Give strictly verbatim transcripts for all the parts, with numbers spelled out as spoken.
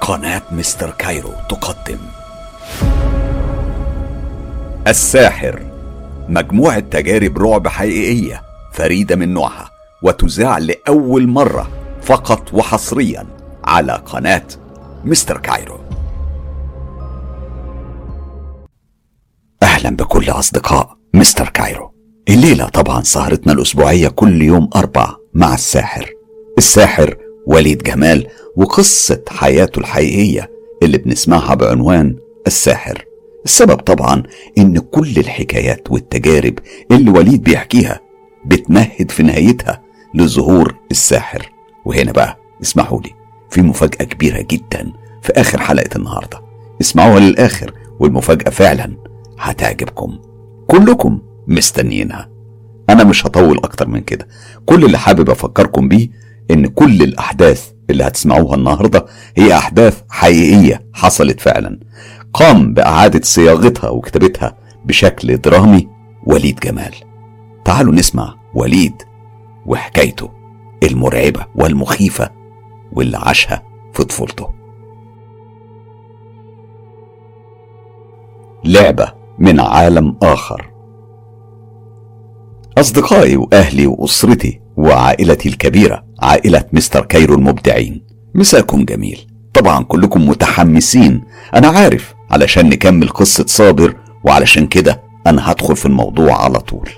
قناة مستر كايرو تقدم الساحر، مجموعة تجارب رعب حقيقية فريدة من نوعها، وتذاع لأول مرة فقط وحصريا على قناة مستر كايرو. أهلا بكل أصدقاء مستر كايرو. الليلة طبعا سهرتنا الأسبوعية كل يوم أربع مع الساحر الساحر وليد جمال، وقصة حياته الحقيقية اللي بنسمعها بعنوان الساحر. السبب طبعا ان كل الحكايات والتجارب اللي وليد بيحكيها بتمهد في نهايتها لظهور الساحر. وهنا بقى اسمحوا لي في مفاجأة كبيرة جدا في اخر حلقة النهاردة، اسمعوها للاخر والمفاجأة فعلا هتعجبكم، كلكم مستنيينها. انا مش هطول اكتر من كده، كل اللي حابب افكركم بيه ان كل الاحداث اللي هتسمعوها النهاردة هي احداث حقيقية حصلت فعلا، قام باعادة صياغتها وكتابتها بشكل درامي وليد جمال. تعالوا نسمع وليد وحكايته المرعبة والمخيفة واللي عاشها في طفولته. لعبة من عالم آخر. أصدقائي وأهلي وأسرتي وعائلتي الكبيرة، عائلة مستر كايرو المبدعين، مساكم جميل. طبعا كلكم متحمسين أنا عارف علشان نكمل قصة صابر، وعلشان كده أنا هدخل في الموضوع على طول.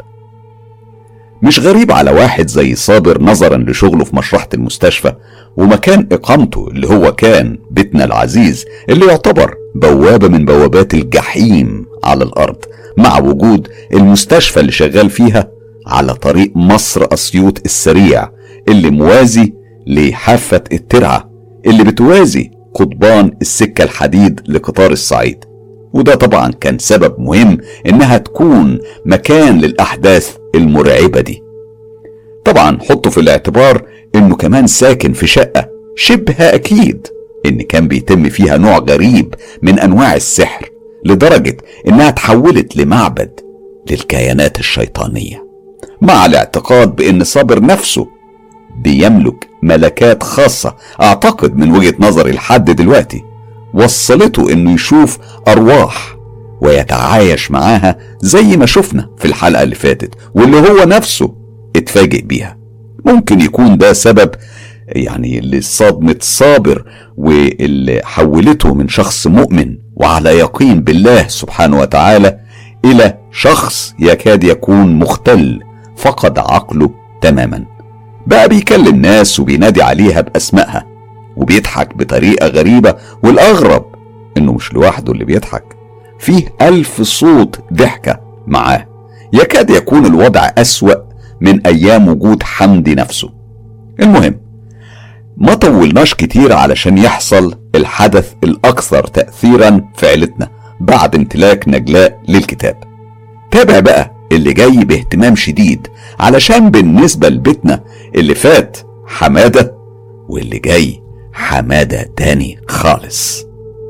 مش غريب على واحد زي صابر نظرا لشغله في مشرحة المستشفى ومكان إقامته اللي هو كان بيتنا العزيز، اللي يعتبر بوابة من بوابات الجحيم على الأرض، مع وجود المستشفى اللي شغال فيها على طريق مصر أسيوط السريع اللي موازي لحافة الترعة اللي بتوازي قضبان السكة الحديد لقطار الصعيد. وده طبعا كان سبب مهم انها تكون مكان للأحداث المرعبة دي. طبعا حطوا في الاعتبار انه كمان ساكن في شقة شبه اكيد ان كان بيتم فيها نوع غريب من انواع السحر، لدرجة انها تحولت لمعبد للكيانات الشيطانية، مع الاعتقاد بان صابر نفسه بيملك ملكات خاصة اعتقد من وجهة نظري لحد دلوقتي وصلته انه يشوف ارواح ويتعايش معاها زي ما شفنا في الحلقة اللي فاتت واللي هو نفسه اتفاجئ بيها. ممكن يكون ده سبب يعني لصدمة صابر واللي حولته من شخص مؤمن وعلى يقين بالله سبحانه وتعالى الى شخص يكاد يكون مختل فقد عقله تماما. بقى بيكلم ناس وبينادي عليها بأسمائها وبيضحك بطريقة غريبة، والأغرب إنه مش لوحده اللي بيضحك، فيه ألف صوت ضحكة معاه. يكاد يكون الوضع أسوأ من أيام وجود حمدي نفسه. المهم ما طولناش كتير علشان يحصل الحدث الأكثر تأثيرا في عيلتنا بعد امتلاك نجلاء للكتاب. تابع بقى اللي جاي باهتمام شديد، علشان بالنسبة لبيتنا اللي فات حمادة واللي جاي حمادة تاني خالص.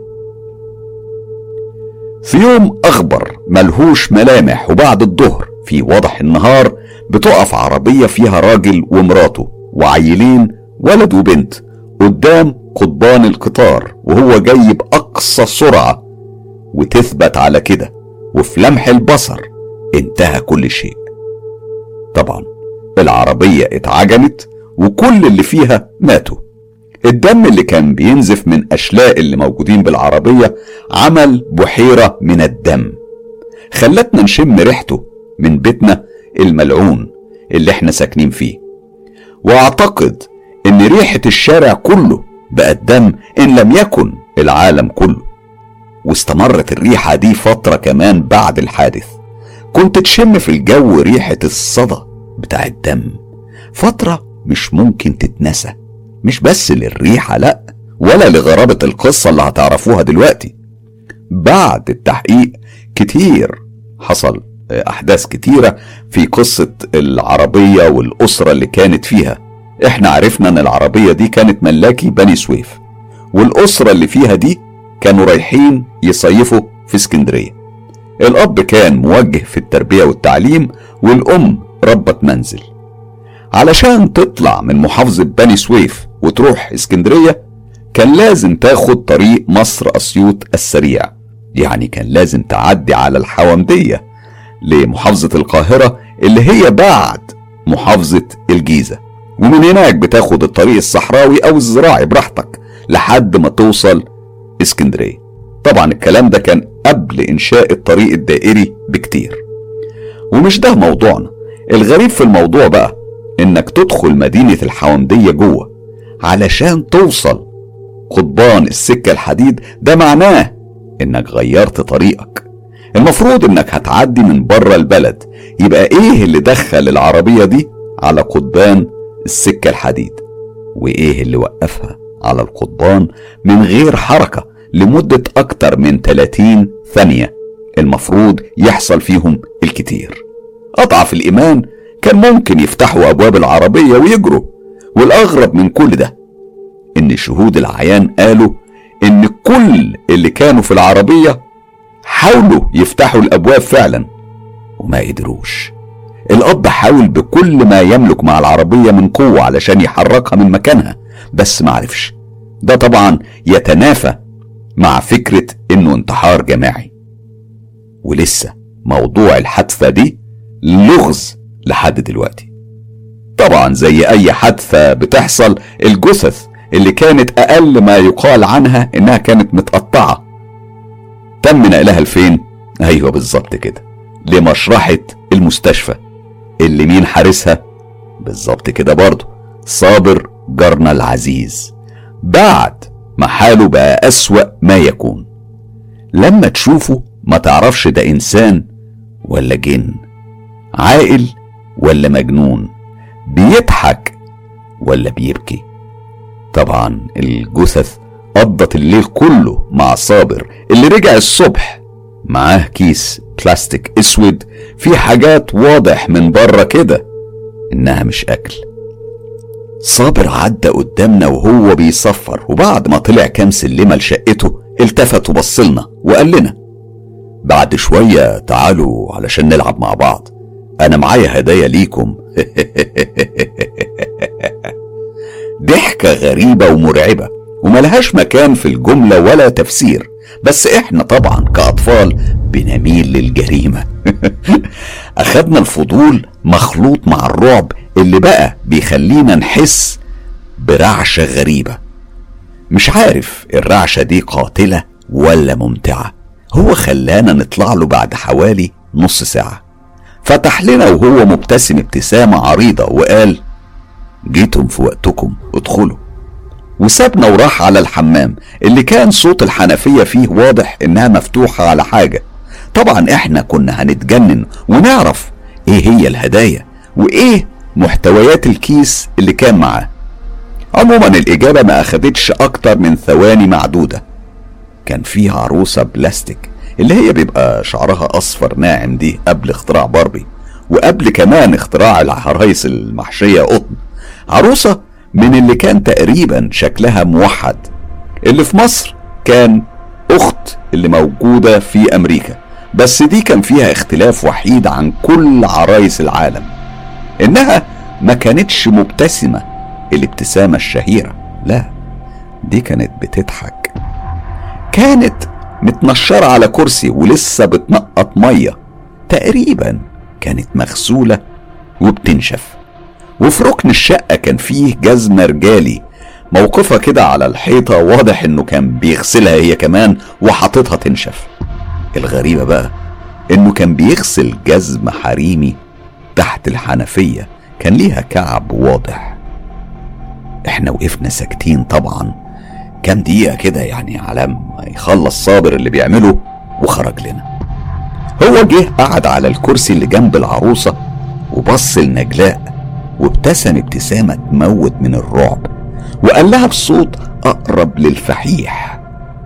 في يوم أخبر ملهوش ملامح وبعد الظهر في وضح النهار بتقف عربية فيها راجل ومراته وعيلين ولد وبنت قدام قضبان القطار، وهو جاي بأقصى سرعة، وتثبت على كده وفي لمح البصر انتهى كل شيء. طبعا العربية اتعجنت وكل اللي فيها ماتوا. الدم اللي كان بينزف من أشلاء اللي موجودين بالعربية عمل بحيرة من الدم خلتنا نشم ريحته من بيتنا الملعون اللي احنا ساكنين فيه، واعتقد ان ريحة الشارع كله بقت دم ان لم يكن العالم كله. واستمرت الريحة دي فترة كمان بعد الحادث، كنت تشم في الجو ريحة الصدى بتاع الدم فترة مش ممكن تتنسى، مش بس للريحة لأ ولا لغرابة القصة اللي هتعرفوها دلوقتي. بعد التحقيق كتير حصل أحداث كتيرة في قصة العربية والأسرة اللي كانت فيها. احنا عرفنا ان العربية دي كانت ملاكي بني سويف، والأسرة اللي فيها دي كانوا رايحين يصيفوا في اسكندرية. الأب كان موجه في التربية والتعليم والأم ربة منزل. علشان تطلع من محافظة بني سويف وتروح اسكندرية كان لازم تاخد طريق مصر أسيوط السريع، يعني كان لازم تعدي على الحومدية لمحافظة القاهرة اللي هي بعد محافظة الجيزة، ومن هناك بتاخد الطريق الصحراوي أو الزراعي براحتك لحد ما توصل اسكندرية. طبعا الكلام ده كان قبل إنشاء الطريق الدائري بكتير، ومش ده موضوعنا. الغريب في الموضوع بقى إنك تدخل مدينة الحومدية جوه علشان توصل قضبان السكة الحديد، ده معناه إنك غيرت طريقك. المفروض إنك هتعدي من بره البلد، يبقى إيه اللي دخل العربية دي على قضبان السكة الحديد؟ وإيه اللي وقفها على القضبان من غير حركة لمدة أكتر من ثلاثين ثانية المفروض يحصل فيهم الكتير؟ أضعف الإيمان كان ممكن يفتحوا أبواب العربية ويجروا. والأغرب من كل ده إن شهود العيان قالوا إن كل اللي كانوا في العربية حاولوا يفتحوا الأبواب فعلا وما قدروش. الأب حاول بكل ما يملك مع العربية من قوة علشان يحركها من مكانها، بس معرفش. ده طبعا يتنافى مع فكرة إنه انتحار جماعي. ولسه موضوع الحادثة دي لغز لحد دلوقتي. طبعا زي أي حادثة بتحصل، الجثث اللي كانت أقل ما يقال عنها إنها كانت متقطعة تم نقلها لفين؟ أيوة بالظبط كده، لمشرحة المستشفى اللي مين حارسها؟ بالظبط كده برضو صابر جارنا العزيز، بعد ما حاله بقى أسوأ ما يكون. لما تشوفه ما تعرفش ده إنسان ولا جن، عاقل ولا مجنون، بيضحك ولا بيبكي. طبعا الجثث قضت الليل كله مع صابر اللي رجع الصبح معاه كيس بلاستيك اسود فيه حاجات واضح من بره كده انها مش اكل. صابر عدى قدامنا وهو بيصفر، وبعد ما طلع كام سلمة لشقته التفت وبصلنا وقال لنا بعد شوية تعالوا علشان نلعب مع بعض، انا معايا هدايا ليكم. ضحكة غريبة ومرعبة وملهاش مكان في الجملة ولا تفسير، بس احنا طبعا كأطفال بنميل للجريمة. اخدنا الفضول مخلوط مع الرعب اللي بقى بيخلينا نحس برعشة غريبة. مش عارف الرعشة دي قاتلة ولا ممتعة. هو خلانا نطلع له بعد حوالي نص ساعة، فتح لنا وهو مبتسم ابتسامة عريضة وقال جيتم في وقتكم، ادخلوا. وسابنا وراح على الحمام اللي كان صوت الحنفية فيه واضح انها مفتوحة على حاجة. طبعا احنا كنا هنتجنن ونعرف ايه هي الهدايا وايه محتويات الكيس اللي كان معاه. عموما الاجابة ما اخدتش اكتر من ثواني معدودة. كان فيها عروسة بلاستيك اللي هي بيبقى شعرها اصفر ناعم دي قبل اختراع باربي وقبل كمان اختراع العرايس المحشية قطن. عروسة من اللي كان تقريبا شكلها موحد. اللي في مصر كان اخت اللي موجودة في امريكا، بس دي كان فيها اختلاف وحيد عن كل عرايس العالم، انها ما كانتش مبتسمة الابتسامة الشهيرة، لا دي كانت بتضحك. كانت متنشرة على كرسي ولسه بتنقط مية، تقريبا كانت مغسولة وبتنشف. وفي ركن الشقة كان فيه جزمة رجالي موقفة كده على الحيطة، واضح انه كان بيغسلها هي كمان وحاططها تنشف. الغريبة بقى انه كان بيغسل جزمة حريمي تحت الحنفية كان ليها كعب واضح. احنا وقفنا ساكتين طبعا كام دقيقة كده يعني على ما يخلص صابر اللي بيعمله وخرج لنا. هو جه قعد على الكرسي اللي جنب العروسة وبص لنجلاء وابتسم ابتسامة تموت من الرعب وقال لها بصوت اقرب للفحيح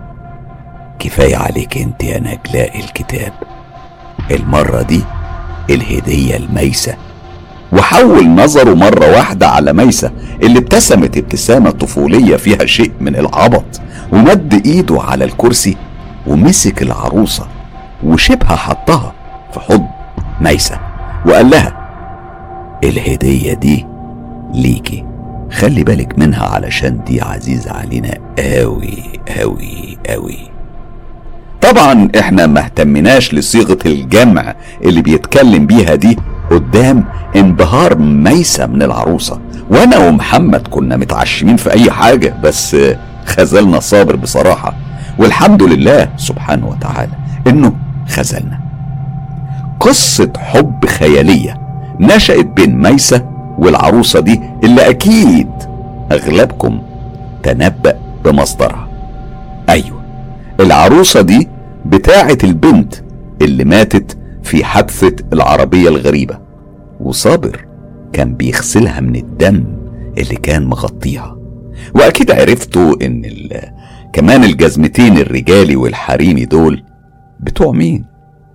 كفاية عليك انت يا نجلاء الكتاب، المرة دي الهدية لميسة. وحول نظره مرة واحدة على ميسة اللي ابتسمت ابتسامة طفولية فيها شيء من العبط، ومد ايده على الكرسي ومسك العروسة وشبه حطها في حضن ميسة وقال لها الهدية دي ليكي، خلي بالك منها علشان دي عزيزة علينا قوي قوي قوي. طبعا احنا ما اهتمناش لصيغة الجمع اللي بيتكلم بيها دي قدام انبهار ميسة من العروسة، وانا ومحمد كنا متعشمين في اي حاجة، بس خذلنا صابر بصراحة، والحمد لله سبحانه وتعالى انه خذلنا. قصة حب خيالية نشأت بين ميسة والعروسة دي اللي اكيد اغلبكم تنبأ بمصدرها. ايوه، العروسة دي بتاعة البنت اللي ماتت في حادثة العربية الغريبة، وصابر كان بيغسلها من الدم اللي كان مغطيها. واكيد عرفتوا ان كمان الجزمتين الرجالي والحريمي دول بتوع مين؟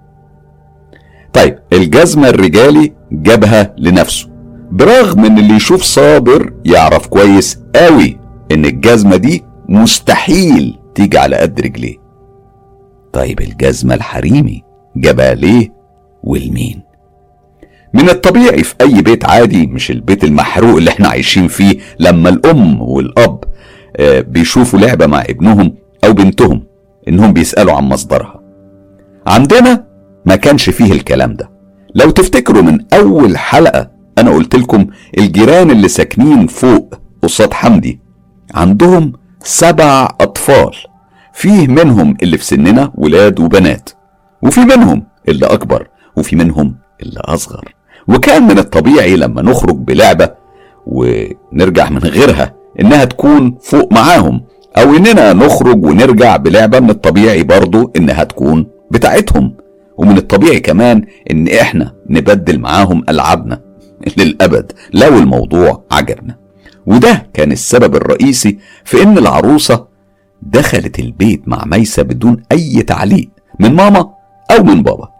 طيب، الجزمة الرجالي جابها لنفسه، برغم ان اللي يشوف صابر يعرف كويس قوي ان الجزمة دي مستحيل تيجي على قد رجليه. طيب الجزمة الحريمي جابها ليه والمين؟ من الطبيعي في اي بيت عادي، مش البيت المحروق اللي احنا عايشين فيه، لما الام والاب بيشوفوا لعبة مع ابنهم او بنتهم انهم بيسألوا عن مصدرها. عندنا ما كانش فيه الكلام ده. لو تفتكروا من اول حلقة انا قلت لكم الجيران اللي ساكنين فوق قصاد حمدي عندهم سبع اطفال، فيه منهم اللي في سننا ولاد وبنات، وفي منهم اللي اكبر، وفي منهم اللي اصغر. وكان من الطبيعي لما نخرج بلعبة ونرجع من غيرها انها تكون فوق معاهم، او اننا نخرج ونرجع بلعبة من الطبيعي برضو انها تكون بتاعتهم. ومن الطبيعي كمان ان احنا نبدل معاهم العابنا للابد لو الموضوع عجبنا. وده كان السبب الرئيسي في ان العروسة دخلت البيت مع ميسة بدون اي تعليق من ماما او من بابا.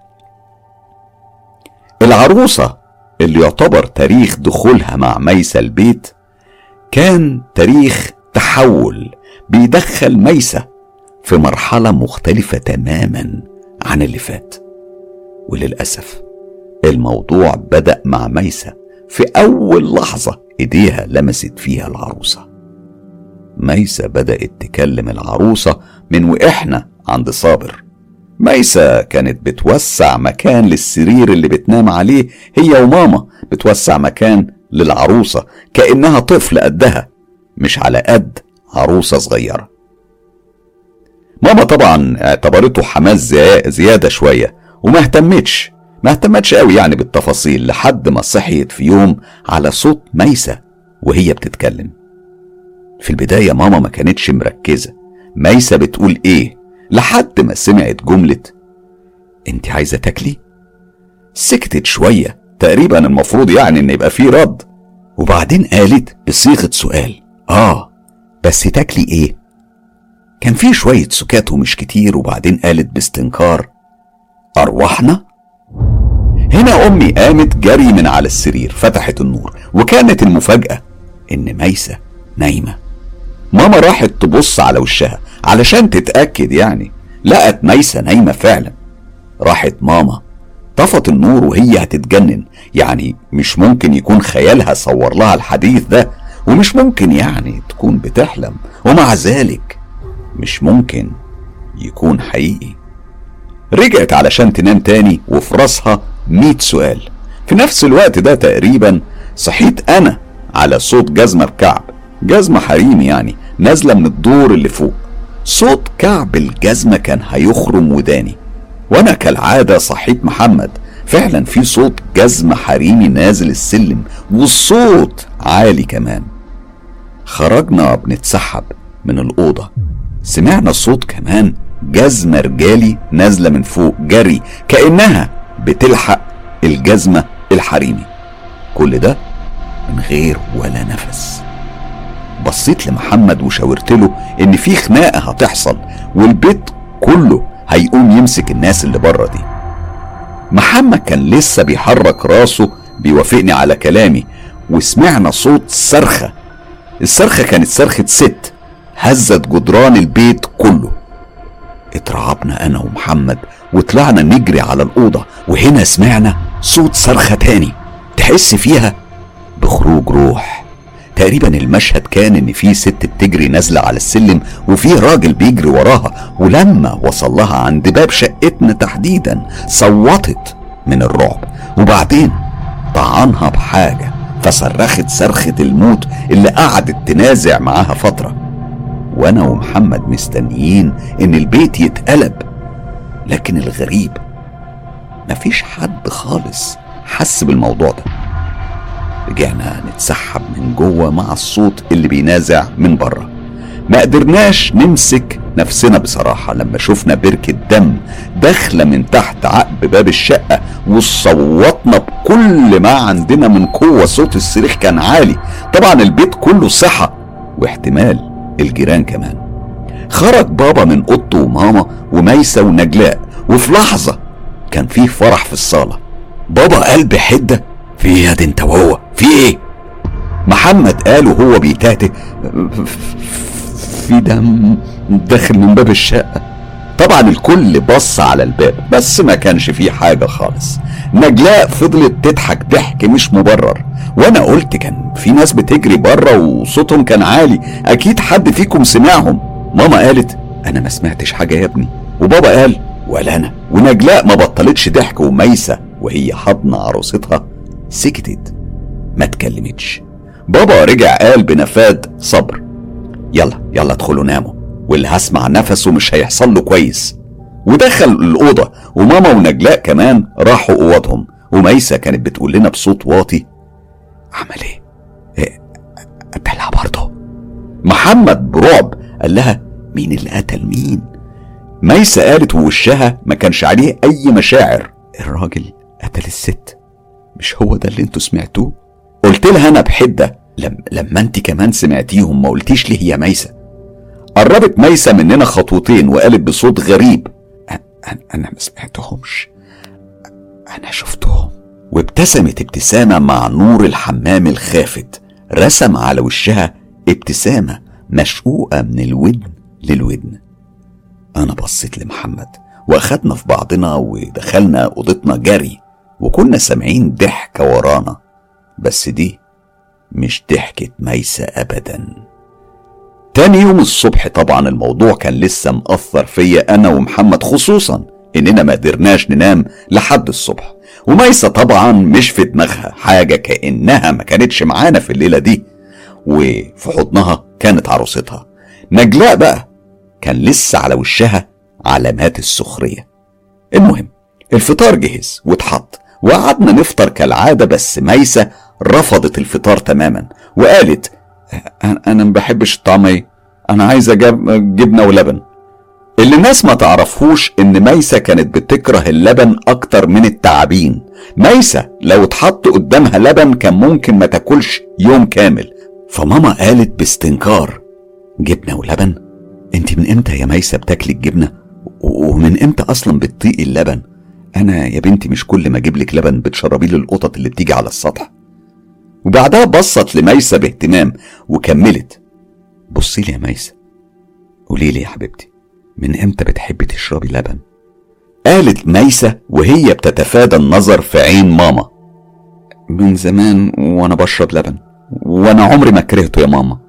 العروسة اللي يعتبر تاريخ دخولها مع ميسة البيت كان تاريخ تحول بيدخل ميسة في مرحلة مختلفة تماما عن اللي فات. وللأسف الموضوع بدأ مع ميسة في أول لحظة إيديها لمست فيها العروسة. ميسة بدأت تكلم العروسة من وإحنا عند صابر. ميسة كانت بتوسع مكان للسرير اللي بتنام عليه هي وماما، بتوسع مكان للعروسة كأنها طفل قدها، مش على قد عروسة صغيرة. ماما طبعا اعتبرته حماس زيادة شوية وما اهتمتش ما اهتمتش قوي يعني بالتفاصيل، لحد ما صحيت في يوم على صوت ميسة وهي بتتكلم. في البداية ماما ما كانتش مركزة ميسة بتقول ايه، لحد ما سمعت جملة انت عايزة تاكلي؟ سكتت شوية، تقريبا المفروض يعني ان يبقى فيه رد، وبعدين قالت بصيغة سؤال اه بس تاكلي ايه؟ كان فيه شوية سكات ومش كتير، وبعدين قالت باستنكار أرواحنا؟ هنا أمي قامت جري من على السرير، فتحت النور، وكانت المفاجأة إن ميسة نايمة. ماما راحت تبص على وشها علشان تتأكد، يعني لقت ميسة نايمة فعلا. راحت ماما طفت النور وهي هتتجنن، يعني مش ممكن يكون خيالها صور لها الحديث ده، ومش ممكن يعني تكون بتحلم، ومع ذلك مش ممكن يكون حقيقي. رجعت علشان تنام تاني وفي راسها مية سؤال. في نفس الوقت ده تقريبا صحيت انا على صوت جزمة بكعب، جزمة حريمي يعني، نازلة من الدور اللي فوق. صوت كعب الجزمة كان هيخرم وداني، وانا كالعادة صحيت محمد. فعلا في صوت جزمة حريمي نازل السلم، والصوت عالي كمان. خرجنا بنتسحب من الأوضة، سمعنا صوت كمان جزمة رجالي نازلة من فوق جري كأنها بتلحق الجزمة الحريمي. كل ده من غير ولا نفس. بصيت لمحمد وشاورت له ان في خناقة هتحصل والبيت كله هيقوم يمسك الناس اللي بره دي. محمد كان لسه بيحرك راسه بيوافقني على كلامي، وسمعنا صوت صرخة. الصرخة كانت صرخة ست هزت جدران البيت كله. اترعبنا انا ومحمد وطلعنا نجري على الأوضة، وهنا سمعنا صوت صرخة تاني تحس فيها بخروج روح، تقريبا المشهد كان ان في ست بتجري نازلة على السلم وفي راجل بيجري وراها، ولما وصل لها عند باب شقتنا تحديدا صوتت من الرعب، وبعدين طعنها بحاجة فصرخت صرخة الموت اللي قعدت تنازع معاها فترة. وانا ومحمد مستنيين ان البيت يتقلب، لكن الغريب مفيش حد خالص حس بالموضوع ده. رجعنا نتسحب من جوه مع الصوت اللي بينازع من بره. ما قدرناش نمسك نفسنا بصراحة لما شفنا بركة دم داخلة من تحت عقب باب الشقة، وصوتنا بكل ما عندنا من قوة. صوت الصريخ كان عالي، طبعا البيت كله صحى واحتمال الجيران كمان. خرج بابا من اوضته وماما وميسة ونجلاء، وفي لحظة كان فيه فرح في الصالة. بابا قال بحدة: في ايه يا دي انت وهو، في ايه؟ محمد قال وهو بيتهته: في دم داخل من باب الشقة. طبعا الكل بص على الباب بس ما كانش فيه حاجة خالص. نجلاء فضلت تضحك ضحك مش مبرر، وانا قلت كان في ناس بتجري بره وصوتهم كان عالي، اكيد حد فيكم سمعهم. ماما قالت: انا ما سمعتش حاجة يا ابني. وبابا قال: ولا انا. ونجلاء ما بطلتش ضحك، وميسة وهي حضن عروستها سكتت ما اتكلمتش. بابا رجع قال بنفاد صبر: يلا يلا ادخلوا ناموا، واللي هسمع نفسه مش هيحصل له كويس. ودخل الأوضة، وماما ونجلاء كمان راحوا أوضهم، وميسة كانت بتقول لنا بصوت واطي: عمل ايه؟ إيه قتلها برضه؟ محمد برعب قال لها: مين اللي قتل مين؟ ميسة قالت ووشها ما كانش عليه أي مشاعر: الراجل قتل الست. مش هو ده اللي انتوا سمعتوه؟ قلت لها أنا بحدة: لم لما انت كمان سمعتيهم ما قلتيش ليه يا ميسة؟ قربت ميسة مننا خطوتين وقالت بصوت غريب: انا ما سمعتهمش، انا شفتهم. وابتسمت ابتسامة مع نور الحمام الخافت رسم على وشها ابتسامة مشقوقة من الودن للودن. انا بصيت لمحمد واخدنا في بعضنا ودخلنا اوضتنا جري، وكنا سامعين ضحكة ورانا، بس دي مش ضحكة ميسة ابدا. تاني يوم الصبح طبعا الموضوع كان لسه مأثر فيا انا ومحمد، خصوصا اننا ما قدرناش ننام لحد الصبح، وميسة طبعا مش في دماغها حاجة، كأنها ما كانتش معانا في الليلة دي، وفي حضنها كانت عروستها. نجلاء بقى كان لسه على وشها علامات السخرية. المهم الفطار جهز واتحط وقعدنا نفطر كالعادة، بس ميسة رفضت الفطار تماما وقالت: انا ما بحبش الطعمية، انا عايزة جبنة ولبن. اللي الناس ما تعرفوش ان ميسة كانت بتكره اللبن اكتر من التعابين. ميسة لو اتحط قدامها لبن كان ممكن ما تاكلش يوم كامل. فماما قالت باستنكار: جبنة ولبن؟ انت من امتى يا ميسة بتاكلي الجبنة؟ ومن امتى اصلا بتطيقي اللبن؟ انا يا بنتي مش كل ما اجيبلك لبن بتشربيه للقطط اللي بتيجي على السطح. وبعدها بصت لميسة باهتمام وكملت: بصي لي يا ميسة، قولي لي يا حبيبتي، من امتى بتحبي تشربي لبن؟ قالت ميسة وهي بتتفادى النظر في عين ماما: من زمان وانا بشرب لبن، وانا عمري ما كرهته يا ماما.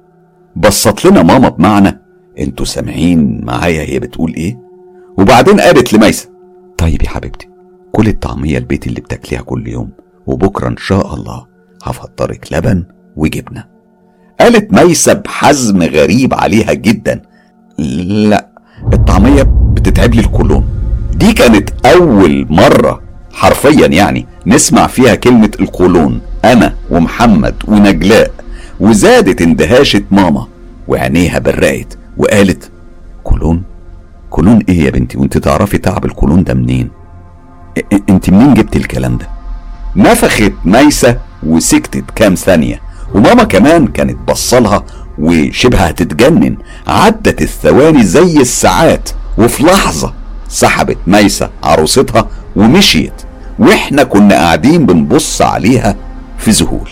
بصت لنا ماما بمعنى: انتوا سامعين معايا هي بتقول ايه؟ وبعدين قالت لميسة: طيب يا حبيبتي، كل الطعمية البيت اللي بتاكليها كل يوم، وبكرة ان شاء الله هفطرك لبن وجبنة. قالت ميسة بحزم غريب عليها جدا: لا، الطعمية بتتعب لي القولون. دي كانت اول مرة حرفيا يعني نسمع فيها كلمة القولون انا ومحمد ونجلاء. وزادت اندهاشة ماما وعينيها برقت وقالت: قولون؟ قولون ايه يا بنتي؟ وانت تعرفي تعب القولون ده منين؟ انت منين جبت الكلام ده؟ نفخت ميسة وسكتت كام ثانية، وماما كمان كانت بصلها وشبه هتتجنن. عدت الثواني زي الساعات، وفي لحظة سحبت ميسة عروستها ومشيت، واحنا كنا قاعدين بنبص عليها في ذهول.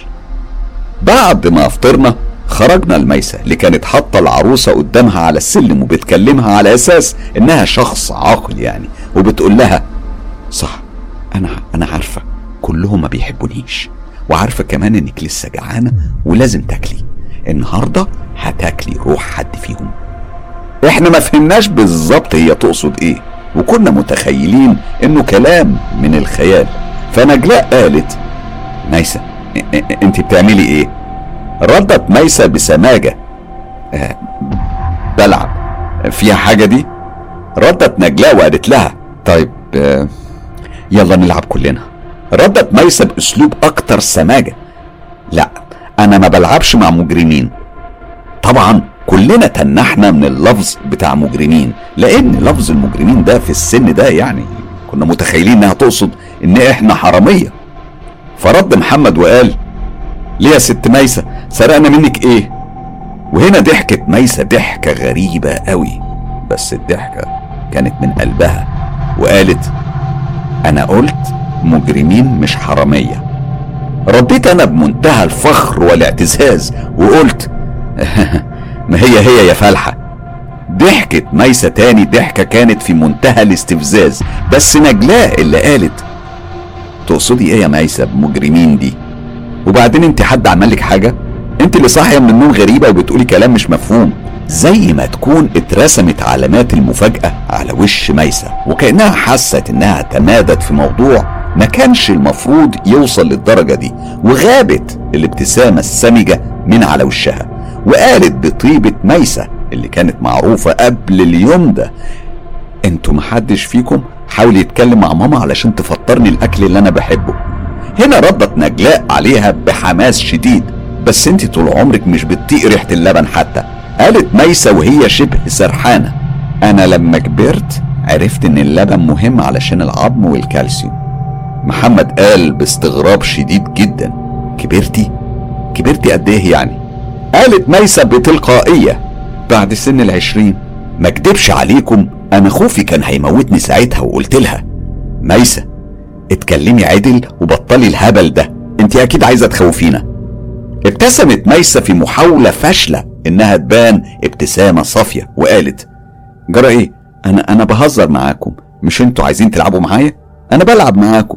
بعد ما افطرنا خرجنا لميسة اللي كانت حاطة العروسة قدامها على السلم وبتكلمها على اساس انها شخص عاقل يعني، وبتقول لها: صح، انا انا عارفة كلهم ما بيحبونيش، وعارفة كمان انك لسه جعانة ولازم تاكلي. النهاردة هتاكلي روح حد فيهم. احنا ما فهمناش بالظبط هي تقصد ايه، وكنا متخيلين انه كلام من الخيال. فنجلاء قالت: ميسة انت بتعملي ايه؟ ردت ميسة بسماجة: أه بلعب. فيها حاجة دي؟ ردت نجلاء وقالت لها: طيب أه يلا نلعب كلنا. ردت ميسة باسلوب اكتر سماجة: لا انا ما بلعبش مع مجرمين. طبعا كلنا تنحنا من اللفظ بتاع مجرمين، لان لفظ المجرمين ده في السن ده يعني كنا متخيلين انها تقصد ان احنا حرامية. فرد محمد وقال: ليه يا ست ميسة سرقنا منك ايه؟ وهنا ضحكت ميسة ضحكة غريبة قوي، بس الضحكة كانت من قلبها، وقالت: انا قلت مجرمين مش حرامية. رديت انا بمنتهى الفخر والاعتزاز وقلت: ما هي هي يا فالحة. ضحكت ميسة تاني ضحكة كانت في منتهى الاستفزاز، بس نجلاء اللي قالت: تقصدي ايه يا ميسة بمجرمين دي؟ وبعدين انت حد عملك حاجة؟ انت اللي صاحية من النوم غريبة وبتقولي كلام مش مفهوم. زي ما تكون اترسمت علامات المفاجأة على وش ميسة، وكأنها حست انها تمادت في موضوع ما كانش المفروض يوصل للدرجة دي، وغابت الابتسامة السمجة من على وشها، وقالت بطيبة ميسة اللي كانت معروفة قبل اليوم ده: انتوا محدش فيكم حاول يتكلم مع ماما علشان تفطرني الاكل اللي انا بحبه. هنا ردت نجلاء عليها بحماس شديد: بس انت طول عمرك مش بتطيق ريحة اللبن حتى. قالت ميسة وهي شبه سرحانة: انا لما كبرت عرفت ان اللبن مهم علشان العظم والكالسيوم. محمد قال باستغراب شديد جدا: كبرتي؟ كبرتي قد ايه يعني؟ قالت ميسة بتلقائية: بعد سن العشرين. ما اكدبش عليكم، انا خوفي كان هيموتني ساعتها، وقلت لها: ميسة اتكلمي عدل وبطلي الهبل ده، انت اكيد عايزة تخوفينا. ابتسمت ميسة في محاولة فاشلة انها تبان ابتسامة صافية، وقالت: جرى ايه؟ انا انا بهزر معاكم، مش انتوا عايزين تلعبوا معايا؟ انا بلعب معاكم.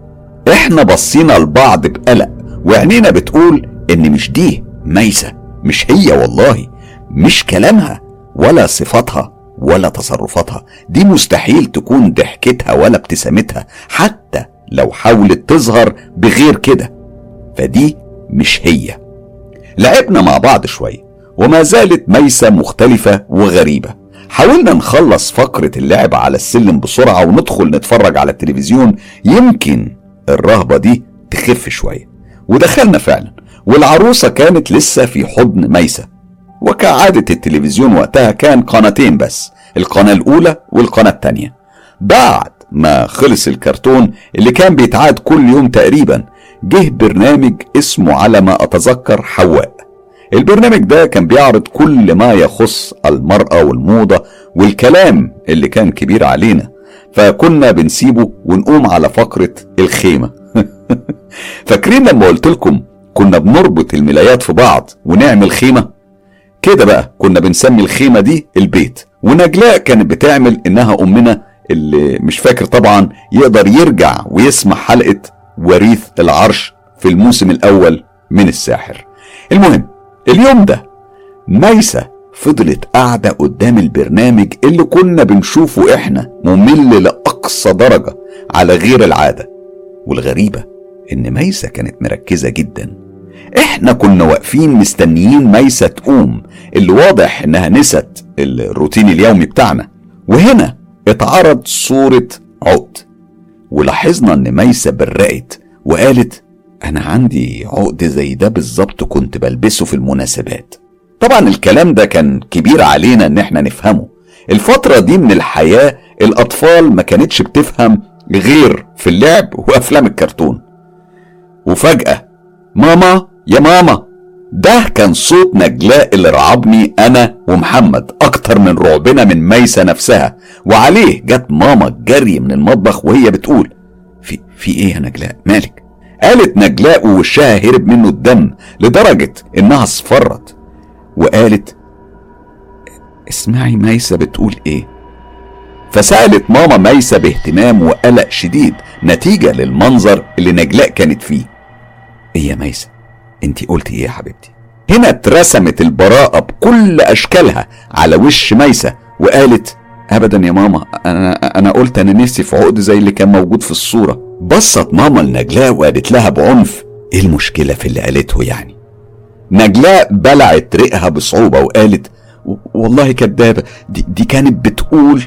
احنا بصينا لبعض بقلق، وعينينا بتقول ان مش دي ميسة، مش هي والله، مش كلامها ولا صفاتها ولا تصرفاتها، دي مستحيل تكون ضحكتها ولا ابتسامتها، حتى لو حاولت تظهر بغير كده، فدي مش هي. لعبنا مع بعض شوية وما زالت ميسة مختلفة وغريبة. حاولنا نخلص فقرة اللعب على السلم بسرعة وندخل نتفرج على التلفزيون، يمكن الرهبة دي تخف شوية. ودخلنا فعلا، والعروسة كانت لسه في حضن ميسة. وكعادة التلفزيون وقتها كان قناتين بس، القناة الأولى والقناة التانية. بعد ما خلص الكرتون اللي كان بيتعاد كل يوم تقريبا، جه برنامج اسمه على ما أتذكر حواء. البرنامج ده كان بيعرض كل ما يخص المرأة والموضة والكلام اللي كان كبير علينا، فكنا بنسيبه ونقوم على فقرة الخيمة. فاكرين لما قلت لكم كنا بنربط الملايات في بعض ونعمل خيمة؟ كده بقى كنا بنسمي الخيمة دي البيت. ونجلاء كانت بتعمل انها امنا، اللي مش فاكر طبعا يقدر يرجع ويسمع حلقة وريث العرش في الموسم الاول من الساحر. المهم اليوم ده ميسة فضلت قاعدة قدام البرنامج اللي كنا بنشوفه احنا ممل لأقصى درجة على غير العادة. والغريبة ان ميسة كانت مركزة جدا. احنا كنا واقفين مستنيين ميسة تقوم، اللي واضح انها نست الروتين اليومي بتاعنا. وهنا اتعرض صورة عقد، ولاحظنا ان ميسة برقت وقالت: انا عندي عقد زي ده بالظبط كنت بلبسه في المناسبات. طبعا الكلام ده كان كبير علينا ان احنا نفهمه. الفترة دي من الحياة الاطفال ما كانتش بتفهم غير في اللعب وافلام الكرتون. وفجأة: ماما يا ماما! ده كان صوت نجلاء اللي رعبني انا ومحمد اكتر من رعبنا من ميسة نفسها. وعليه جت ماما جري من المطبخ وهي بتقول: في في ايه يا نجلاء؟ مالك؟ قالت نجلاء ووشها هرب منه الدم لدرجة انها اصفرت، وقالت: اسمعي ميسة بتقول ايه. فسألت ماما ميسة باهتمام وقلق شديد نتيجة للمنظر اللي نجلاء كانت فيه: ايه يا ميسة؟ انتي قلتي ايه يا حبيبتي؟ هنا اترسمت البراءة بكل اشكالها على وش ميسة وقالت ابدا يا ماما، انا انا قلت انا نفسي في عقد زي اللي كان موجود في الصورة. بصت ماما لنجلاء وقالت لها بعنف ايه المشكلة في اللي قالته يعني؟ نجلاء بلعت ريقها بصعوبة وقالت والله كدابة، دي, دي كانت بتقول.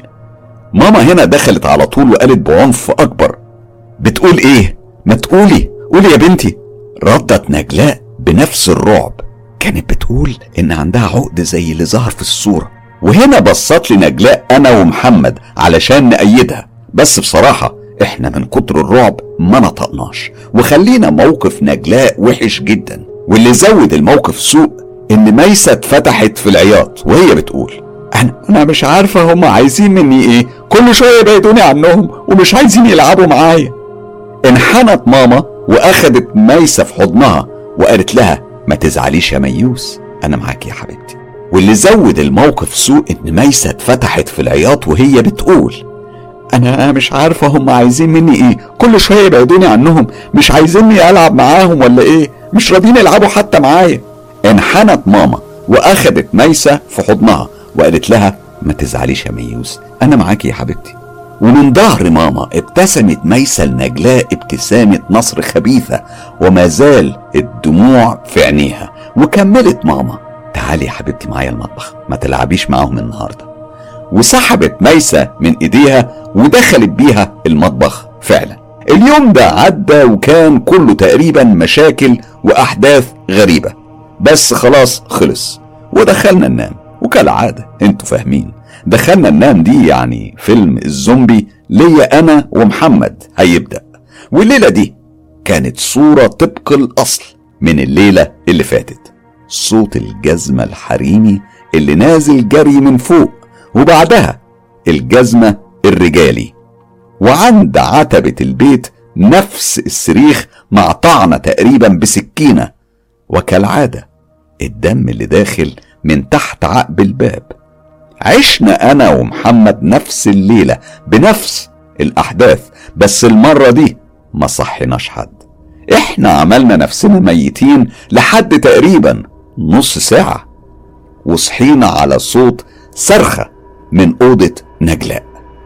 ماما هنا دخلت على طول وقالت بعنف اكبر بتقول ايه؟ ما تقولي، قولي يا بنتي. ردت نجلاء بنفس الرعب، كانت بتقول ان عندها عقد زي اللي ظهر في الصورة. وهنا بصت لي نجلاء انا ومحمد علشان نأيدها، بس بصراحة احنا من كتر الرعب ما نطقناش وخلينا موقف نجلاء وحش جدا. واللي زود الموقف سوء ان ميسة اتفتحت في العياط وهي بتقول انا انا مش عارفة هم عايزين مني ايه، كل شوية يبعدوني عنهم ومش عايزين يلعبوا معايا. انحنت ماما واخدت ميسة في حضنها وقالت لها ما تزعليش يا ميوس، انا معاك يا حبيبتي. واللي زود الموقف سوء ان ميسة اتفتحت في العياط وهي بتقول انا مش عارفة هم عايزين مني ايه، كل شوية يبعدوني عنهم، مش عايزيني العب معاهم ولا ايه، مش راضيين يلعبوا حتى معايا. انحنت ماما واخدت ميسة في حضنها وقالت لها ما تزعليش يا ميوس، انا معاك يا حبيبتي. ومن ظهر ماما ابتسمت ميسة لنجلاء ابتسامة نصر خبيثة وما زال الدموع في عينيها. وكملت ماما تعالي يا حبيبتي معايا المطبخ، ما تلعبيش معاهم النهاردة. وسحبت ميسة من ايديها ودخلت بيها المطبخ. فعلا اليوم ده عدى وكان كله تقريبا مشاكل واحداث غريبة، بس خلاص خلص ودخلنا ننام. وكالعادة انتوا فاهمين دخلنا ننام دي يعني فيلم الزومبي ليا انا ومحمد هيبدأ. والليلة دي كانت صورة طبق الاصل من الليلة اللي فاتت، صوت الجزمة الحريمي اللي نازل جري من فوق، وبعدها الجزمة الرجالي، وعند عتبة البيت نفس الصريخ مع طعنة تقريبا بسكينة، وكالعادة الدم اللي داخل من تحت عقب الباب. عشنا انا ومحمد نفس الليلة بنفس الاحداث، بس المرة دي ما صحناش حد. احنا عملنا نفسنا ميتين لحد تقريبا نص ساعة، وصحينا على صوت صرخة من اوضة نجلاء.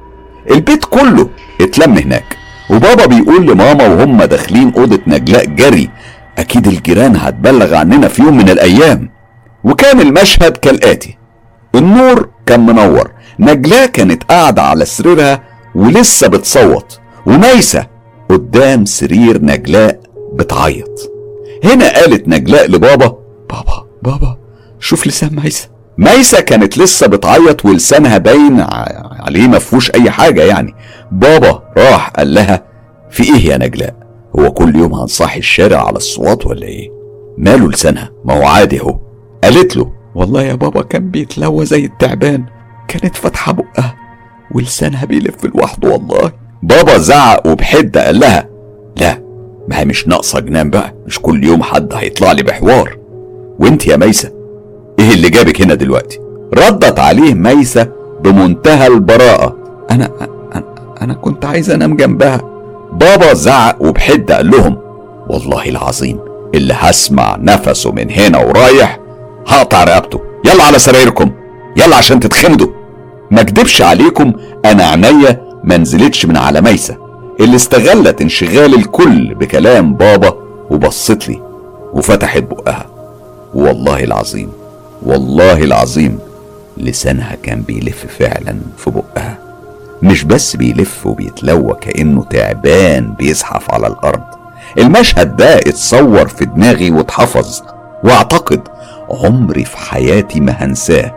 البيت كله اتلم هناك، وبابا بيقول لماما وهم داخلين اوضة نجلاء جري اكيد الجيران هتبلغ عننا في يوم من الايام. وكان المشهد كالاتي: النور كان منور، نجلاء كانت قاعدة على سريرها ولسه بتصوت، وميسة قدام سرير نجلاء بتعيط. هنا قالت نجلاء لبابا بابا بابا شوف لسان ميسة. ميسة كانت لسه بتعيط ولسانها باين عليه مفهوش اي حاجة يعني. بابا راح قال لها في ايه يا نجلاء، هو كل يوم هنصحي الشارع على الصوات ولا ايه؟ ماله لسانها، ما هو عادي اهو. قالت له والله يا بابا كان بيتلوى زي التعبان، كانت فاتحة بقها ولسانها بيلف لوحده والله. بابا زعق وبحدة قال لها لا، ما هي مش ناقصة جنان بقى، مش كل يوم حد هيطلع لي بحوار. وانت يا ميسة ايه اللي جابك هنا دلوقتي؟ ردت عليه ميسة بمنتهى البراءة انا انا, أنا كنت عايز انام جنبها. بابا زعق وبحدة قال لهم والله العظيم اللي هسمع نفسه من هنا ورايح هقطع رقبته، يلا على سرايركم يلا عشان تتخمدوا. ما اكدبش عليكم انا عينيا ما نزلتش من على ميسة اللي استغلت انشغال الكل بكلام بابا وبصت لي وفتحت بقها. والله العظيم والله العظيم لسانها كان بيلف فعلا في بقها، مش بس بيلف وبيتلوى كأنه تعبان بيزحف على الارض. المشهد ده اتصور في دماغي واتحفظ، واعتقد عمري في حياتي ما هنساه،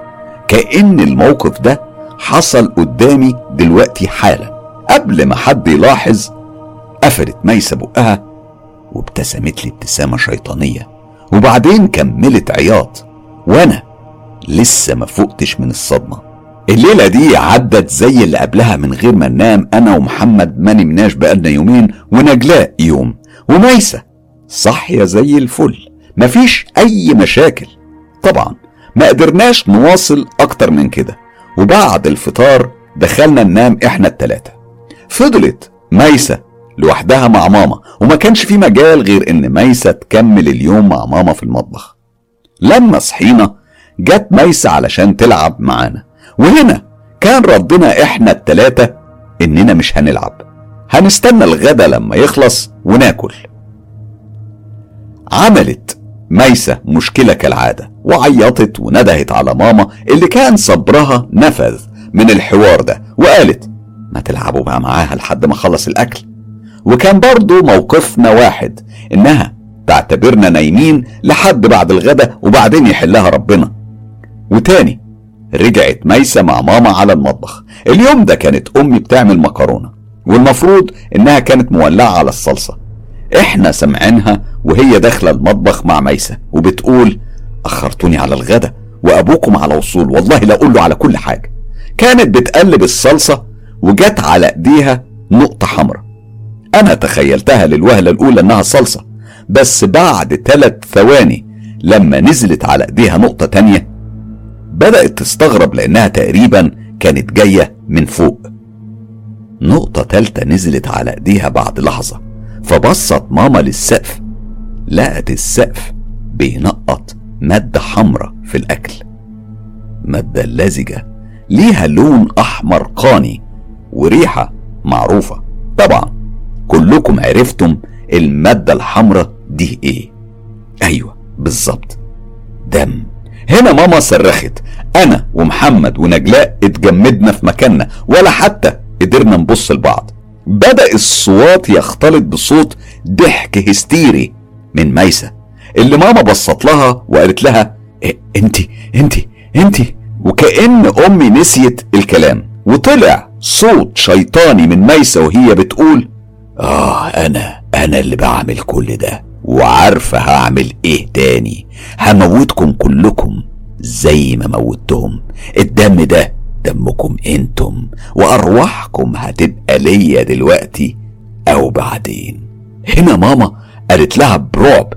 كأن الموقف ده حصل قدامي دلوقتي حالا. قبل ما حد يلاحظ قفلت ميسة بقها وابتسمت لي ابتسامة شيطانية، وبعدين كملت عياط وانا لسه ما فقتش من الصدمة. الليلة دي عدت زي اللي قبلها من غير ما ننام. انا ومحمد ما نمناش بقالنا يومين، ونجلاء يوم، وميسة صحية زي الفل، مفيش اي مشاكل. طبعا ما قدرناش نواصل اكتر من كده، وبعد الفطار دخلنا ننام احنا التلاتة. فضلت ميسة لوحدها مع ماما، وما كانش في مجال غير ان ميسة تكمل اليوم مع ماما في المطبخ. لما صحينا جت ميسة علشان تلعب معانا، وهنا كان ردنا احنا التلاتة اننا مش هنلعب، هنستنى الغدا لما يخلص وناكل. عملت ميسة مشكلة كالعادة وعيطت وندهت على ماما اللي كان صبرها نفذ من الحوار ده، وقالت ما تلعبوا بقى معاها لحد ما خلص الأكل. وكان برضو موقفنا واحد، إنها تعتبرنا نايمين لحد بعد الغدا وبعدين يحلها ربنا. وتاني رجعت ميسة مع ماما على المطبخ. اليوم ده كانت أمي بتعمل مكرونة، والمفروض إنها كانت مولعة على الصلصة. إحنا سمعينها وهي داخلة المطبخ مع ميسة وبتقول أخرتوني على الغدا وأبوكم على وصول، والله لا أقول له على كل حاجة. كانت بتقلب الصلصة وجت على ايديها نقطة حمراء. انا تخيلتها للوهلة الاولى انها صلصة، بس بعد ثلاث ثواني لما نزلت على ايديها نقطة تانية بدأت تستغرب، لانها تقريبا كانت جاية من فوق. نقطة تالتة نزلت على ايديها بعد لحظة، فبصت ماما للسقف، لقت السقف بينقط مادة حمراء في الاكل، مادة لزجة ليها لون احمر قاني وريحة معروفة. طبعا كلكم عرفتم المادة الحمراء دي ايه. ايوه بالظبط، دم. هنا ماما صرخت، انا ومحمد ونجلاء اتجمدنا في مكاننا ولا حتى قدرنا نبص لبعض. بدأ الصوت يختلط بصوت ضحك هستيري من ميسة اللي ماما بصت لها وقالت لها إيه انتي انتي انتي، وكأن امي نسيت الكلام، وطلع صوت شيطاني من ميسة وهي بتقول اه انا انا اللي بعمل كل ده، وعارفة هعمل ايه تاني، هموتكم كلكم زي ما موتهم. الدم ده دمكم انتم، وارواحكم هتبقى ليا دلوقتي او بعدين. هنا ماما قالت لها برعب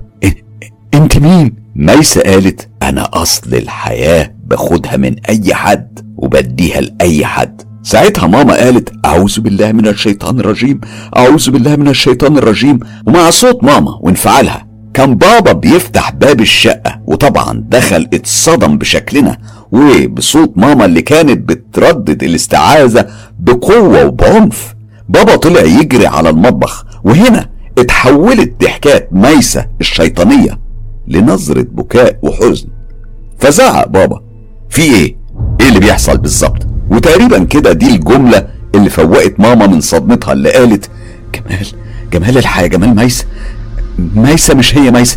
انت مين؟ ميسة قالت انا اصل الحياة باخدها من اي حد وبديها لاي حد. ساعتها ماما قالت اعوذ بالله من الشيطان الرجيم، اعوذ بالله من الشيطان الرجيم. ومع صوت ماما وانفعالها كان بابا بيفتح باب الشقة، وطبعا دخل اتصدم بشكلنا وبصوت ماما اللي كانت بتردد الاستعاذة بقوة وبعنف. بابا طلع يجري على المطبخ، وهنا اتحولت ضحكات ميسة الشيطانية لنظرة بكاء وحزن. فزعق بابا في ايه؟ ايه اللي بيحصل بالظبط؟ وتقريبا كده دي الجملة اللي فوقت ماما من صدمتها، اللي قالت جمال جمال الحياة جمال ميسة ميسة مش هي ميسة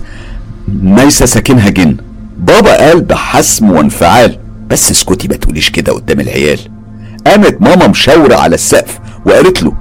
ميسة ساكنها جن. بابا قال بحسم وانفعال بس اسكتي ما تقوليش كده قدام العيال. قامت ماما مشاورة على السقف وقالت له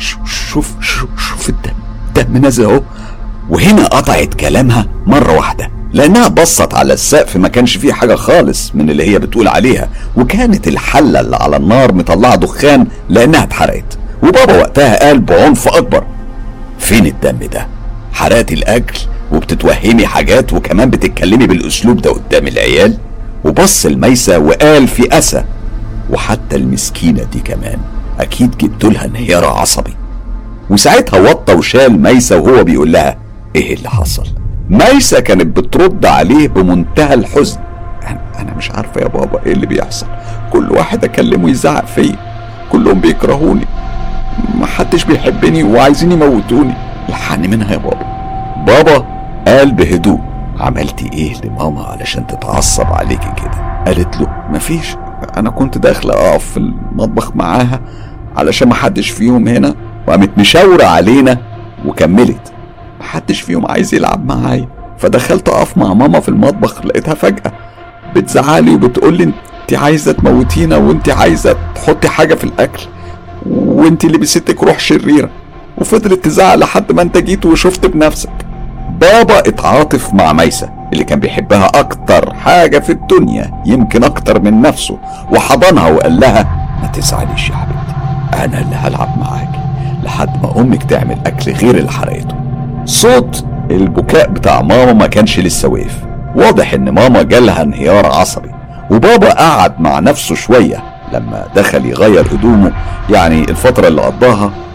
شوف شوف شوف الدم الدم نازل اهو. وهنا قطعت كلامها مرة واحدة لانها بصت على السقف، ما كانش فيه حاجة خالص من اللي هي بتقول عليها، وكانت الحلة اللي على النار مطلعة دخان لانها اتحرقت. وبابا وقتها قال بعنف اكبر فين الدم ده؟ حرقت الاكل وبتتوهمي حاجات وكمان بتتكلمي بالاسلوب ده قدام العيال؟ وبص لميسة وقال في اسى وحتى المسكينة دي كمان اكيد جبتولها انهيار عصبي. وساعتها وطى وشال ميسة وهو بيقول لها ايه اللي حصل؟ ميسة كانت بترد عليه بمنتهى الحزن انا مش عارفة يا بابا ايه اللي بيحصل، كل واحد اكلمه يزعق فيا، كلهم بيكرهوني، محدش بيحبني وعايزين يموتوني، الحقني منها يا بابا. بابا قال بهدوء عملتي ايه لماما علشان تتعصب عليكي كده؟ قالت له مفيش، انا كنت داخله اقف في المطبخ معاها علشان محدش فيهم هنا، وقامت مشاوره علينا وكملت محدش فيهم عايز يلعب معايا، فدخلت اقف مع ماما في المطبخ لقيتها فجأة بتزعلي وبتقولي انت عايزه تموتينا وانت عايزه تحطي حاجه في الاكل وانت اللي بستك روح شريره، وفضلت تزعق لحد ما انت جيت وشفت بنفسك. بابا اتعاطف مع ميسة اللي كان بيحبها اكتر حاجة في الدنيا يمكن اكتر من نفسه، وحضنها وقال لها ما تزعليش يا حبيبتي، انا اللي هلعب معاكي لحد ما امك تعمل اكل غير اللي حرقته. صوت البكاء بتاع ماما ما كانش لسه واقف، واضح ان ماما جالها انهيار عصبي. وبابا قعد مع نفسه شوية لما دخل يغير هدومه، يعني الفترة اللي قضاها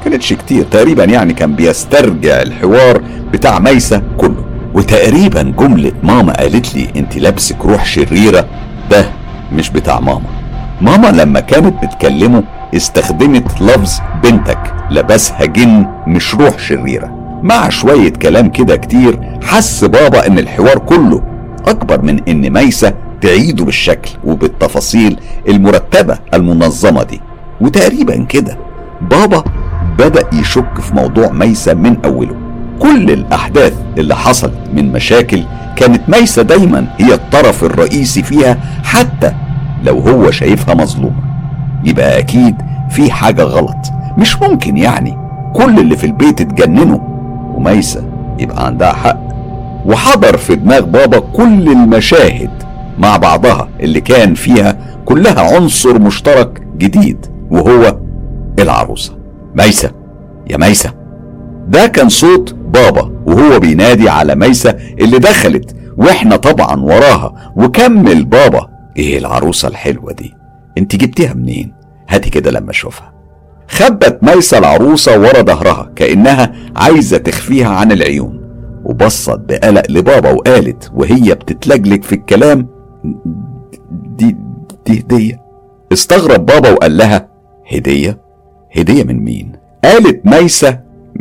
كانتش كتير تقريبا، يعني كان بيسترجع الحوار بتاع ميسة كله. وتقريبا جملة ماما قالت لي انت لابسك روح شريرة ده مش بتاع ماما. ماما لما كانت بتكلمه استخدمت لفظ بنتك لبسها جن مش روح شريرة. مع شوية كلام كده كتير حس بابا ان الحوار كله اكبر من ان ميسة تعيده بالشكل وبالتفاصيل المرتبة المنظمة دي. وتقريبا كده بابا بدأ يشك في موضوع ميسة من اوله. كل الاحداث اللي حصلت من مشاكل كانت ميسة دايما هي الطرف الرئيسي فيها، حتى لو هو شايفها مظلومة. يبقى اكيد في حاجة غلط. مش ممكن يعني كل اللي في البيت اتجننوا وميسة يبقى عندها حق. وحضر في دماغ بابا كل المشاهد مع بعضها اللي كان فيها كلها عنصر مشترك جديد، وهو العروسة. ميسة يا ميسة، ده كان صوت بابا وهو بينادي على ميسة اللي دخلت واحنا طبعا وراها. وكمل بابا: ايه العروسة الحلوة دي؟ انت جبتيها منين؟ هاتي كده لما اشوفها. خبت ميسة العروسة ورا ظهرها كأنها عايزة تخفيها عن العيون، وبصت بقلق لبابا وقالت وهي بتتلجلج في الكلام: دي دي هدية. استغرب بابا وقال لها: هدية؟ هدية من مين؟ قالت ميسة: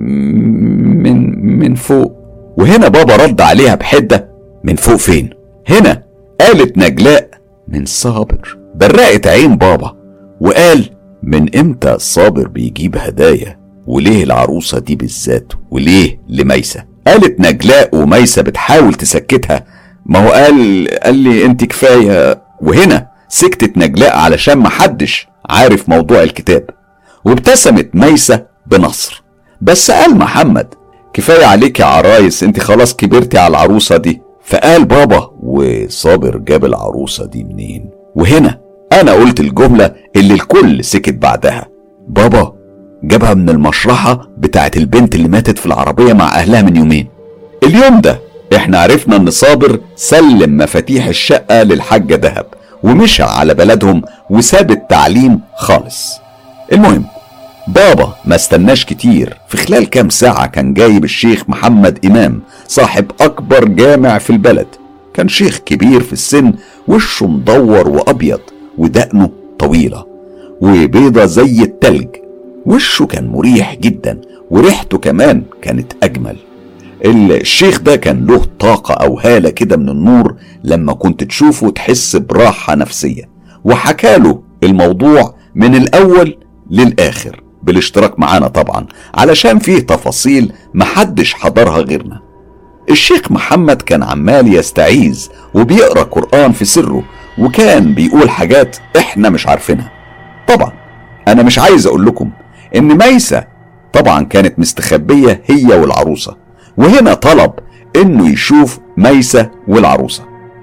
من من فوق. وهنا بابا رد عليها بحدة: من فوق فين؟ هنا. قالت نجلاء: من صابر. برقت عين بابا وقال: من امتى صابر بيجيب هدايا؟ وليه العروسة دي بالذات؟ وليه لميسة؟ قالت نجلاء وميسة بتحاول تسكتها: ما هو قال قال لي انت كفاية. وهنا سكتت نجلاء علشان محدش عارف موضوع الكتاب. وابتسمت ميسة بنصر. بس قال محمد: كفاية عليك يا عرايس، انت خلاص كبرتي على العروسة دي. فقال بابا: وصابر جاب العروسة دي منين؟ وهنا انا قلت الجملة اللي الكل سكت بعدها: بابا جابها من المشرحة بتاعت البنت اللي ماتت في العربية مع اهلها من يومين. اليوم ده احنا عرفنا ان صابر سلم مفاتيح الشقة للحاجة دهب ومشى على بلدهم وساب التعليم خالص. المهم بابا ما استناش كتير، في خلال كام ساعة كان جايب الشيخ محمد إمام صاحب أكبر جامع في البلد. كان شيخ كبير في السن، وشه مدور وأبيض ودقنه طويلة وبيضة زي التلج. وشه كان مريح جدا وريحته كمان كانت أجمل. الشيخ ده كان له طاقة أو هالة كده من النور، لما كنت تشوفه تحس براحة نفسية. وحكاله الموضوع من الأول للآخر بالاشتراك معانا طبعا، علشان فيه تفاصيل محدش حضرها غيرنا. الشيخ محمد كان عمال يستعيذ وبيقرأ قرآن في سره، وكان بيقول حاجات احنا مش عارفينها. طبعا انا مش عايز اقول لكم ان ميسة طبعا كانت مستخبية هي والعروسة. وهنا طلب انه يشوف ميسة والعروسة.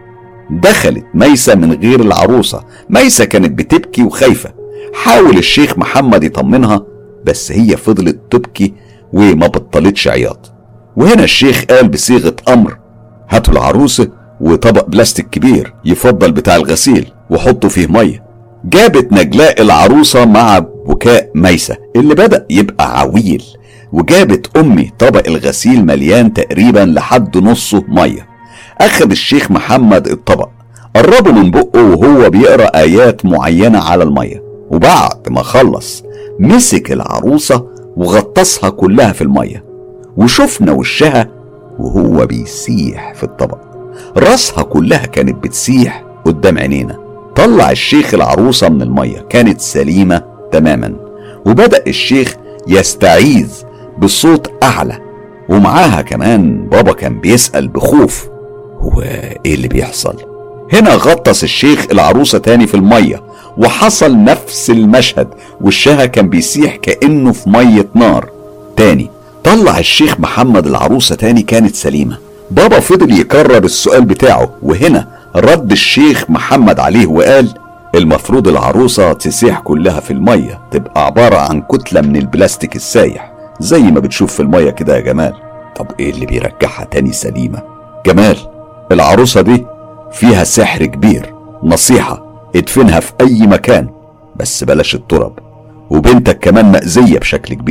دخلت ميسة من غير العروسة. ميسة كانت بتبكي وخايفة. حاول الشيخ محمد يطمنها، بس هي فضلت تبكي وما بطلتش عياط. وهنا الشيخ قال بصيغة امر: هاتوا العروسة وطبق بلاستيك كبير يفضل بتاع الغسيل وحطوا فيه مية. جابت نجلاء العروسة مع بكاء ميسة اللي بدأ يبقى عويل، وجابت امي طبق الغسيل مليان تقريبا لحد نصه مية. اخذ الشيخ محمد الطبق قربه من بقه وهو بيقرأ ايات معينة على المية، وبعد ما خلص مسك العروسة وغطسها كلها في المية، وشفنا وشها وهو بيسيح في الطبق. راسها كلها كانت بتسيح قدام عينينا. طلع الشيخ العروسة من المية، كانت سليمة تماما. وبدأ الشيخ يستعيذ بصوت أعلى، ومعاها كمان بابا كان بيسأل بخوف: هو ايه اللي بيحصل؟ هنا غطس الشيخ العروسة تاني في المية، وحصل نفس المشهد. وشها كان بيسيح كأنه في مية نار تاني. طلع الشيخ محمد العروسة تاني، كانت سليمة. بابا فضل يكرر السؤال بتاعه، وهنا رد الشيخ محمد عليه وقال: المفروض العروسة تسيح كلها في المية، تبقى عبارة عن كتلة من البلاستيك السايح زي ما بتشوف في المية كده يا جمال. طب ايه اللي بيرجعها تاني سليمة؟ جمال، العروسة دي فيها سحر كبير. نصيحة: ادفنها في اي مكان، بس بلاش التراب. وبنتك كمان مأذية بشكل كبير،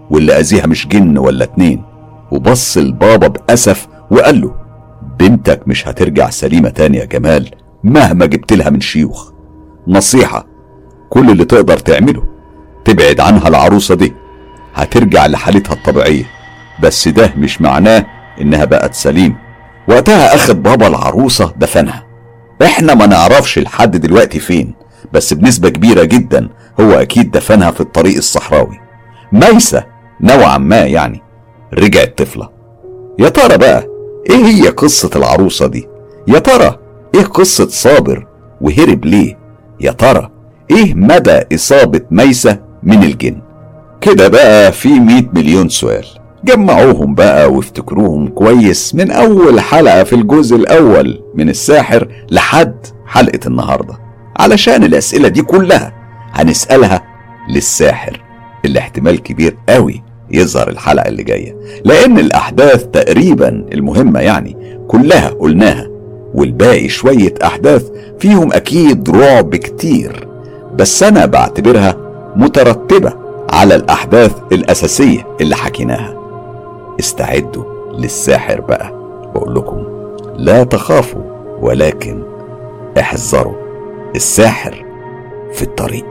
واللي أذيها مش جن ولا اتنين. وبص البابا بأسف وقال له: بنتك مش هترجع سليمة تاني يا جمال مهما جبت لها من شيوخ. نصيحة، كل اللي تقدر تعمله تبعد عنها العروسة دي، هترجع لحالتها الطبيعية، بس ده مش معناه انها بقت سليمة. وقتها اخد بابا العروسة دفنها. احنا ما نعرفش لحد دلوقتي فين، بس بنسبة كبيرة جدا هو اكيد دفنها في الطريق الصحراوي. ميسة نوعا ما يعني رجعت طفلة. يا ترى بقى ايه هي قصة العروسة دي؟ يا ترى ايه قصة صابر وهرب ليه؟ يا ترى ايه مدى اصابة ميسة من الجن؟ كده بقى في مئة مليون سؤال، جمعوهم بقى وافتكروهم كويس من اول حلقة في الجزء الاول من الساحر لحد حلقة النهاردة، علشان الاسئلة دي كلها هنسألها للساحر اللي احتمال كبير قوي يظهر الحلقة اللي جاية، لان الاحداث تقريبا المهمة يعني كلها قلناها، والباقي شوية احداث فيهم اكيد رعب كتير، بس انا بعتبرها مترتبة على الاحداث الاساسية اللي حكيناها. استعدوا للساحر بقى، بقول لكم لا تخافوا ولكن احذروا، الساحر في الطريق.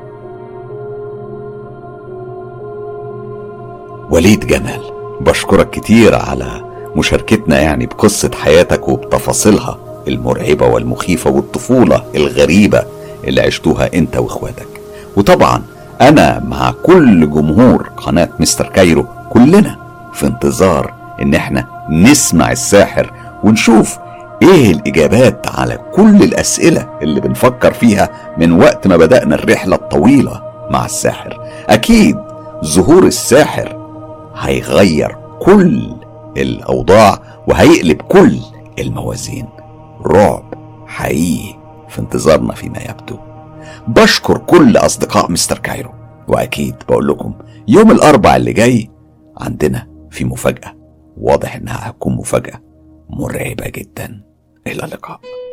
وليد جمال، بشكرك كتير على مشاركتنا يعني بقصة حياتك وبتفاصيلها المرعبة والمخيفة والطفولة الغريبة اللي عشتوها انت واخواتك. وطبعا انا مع كل جمهور قناة مستر كايرو كلنا في انتظار ان احنا نسمع الساحر ونشوف ايه الاجابات على كل الاسئلة اللي بنفكر فيها من وقت ما بدأنا الرحلة الطويلة مع الساحر. اكيد ظهور الساحر هيغير كل الاوضاع وهيقلب كل الموازين. رعب حقيقي في انتظارنا فيما يبدو. بشكر كل اصدقاء مستر كايرو، واكيد بقول لكم يوم الاربع اللي جاي عندنا في مفاجأة، واضح انها هتكون مفاجأة مرعبة جدا. الى اللقاء.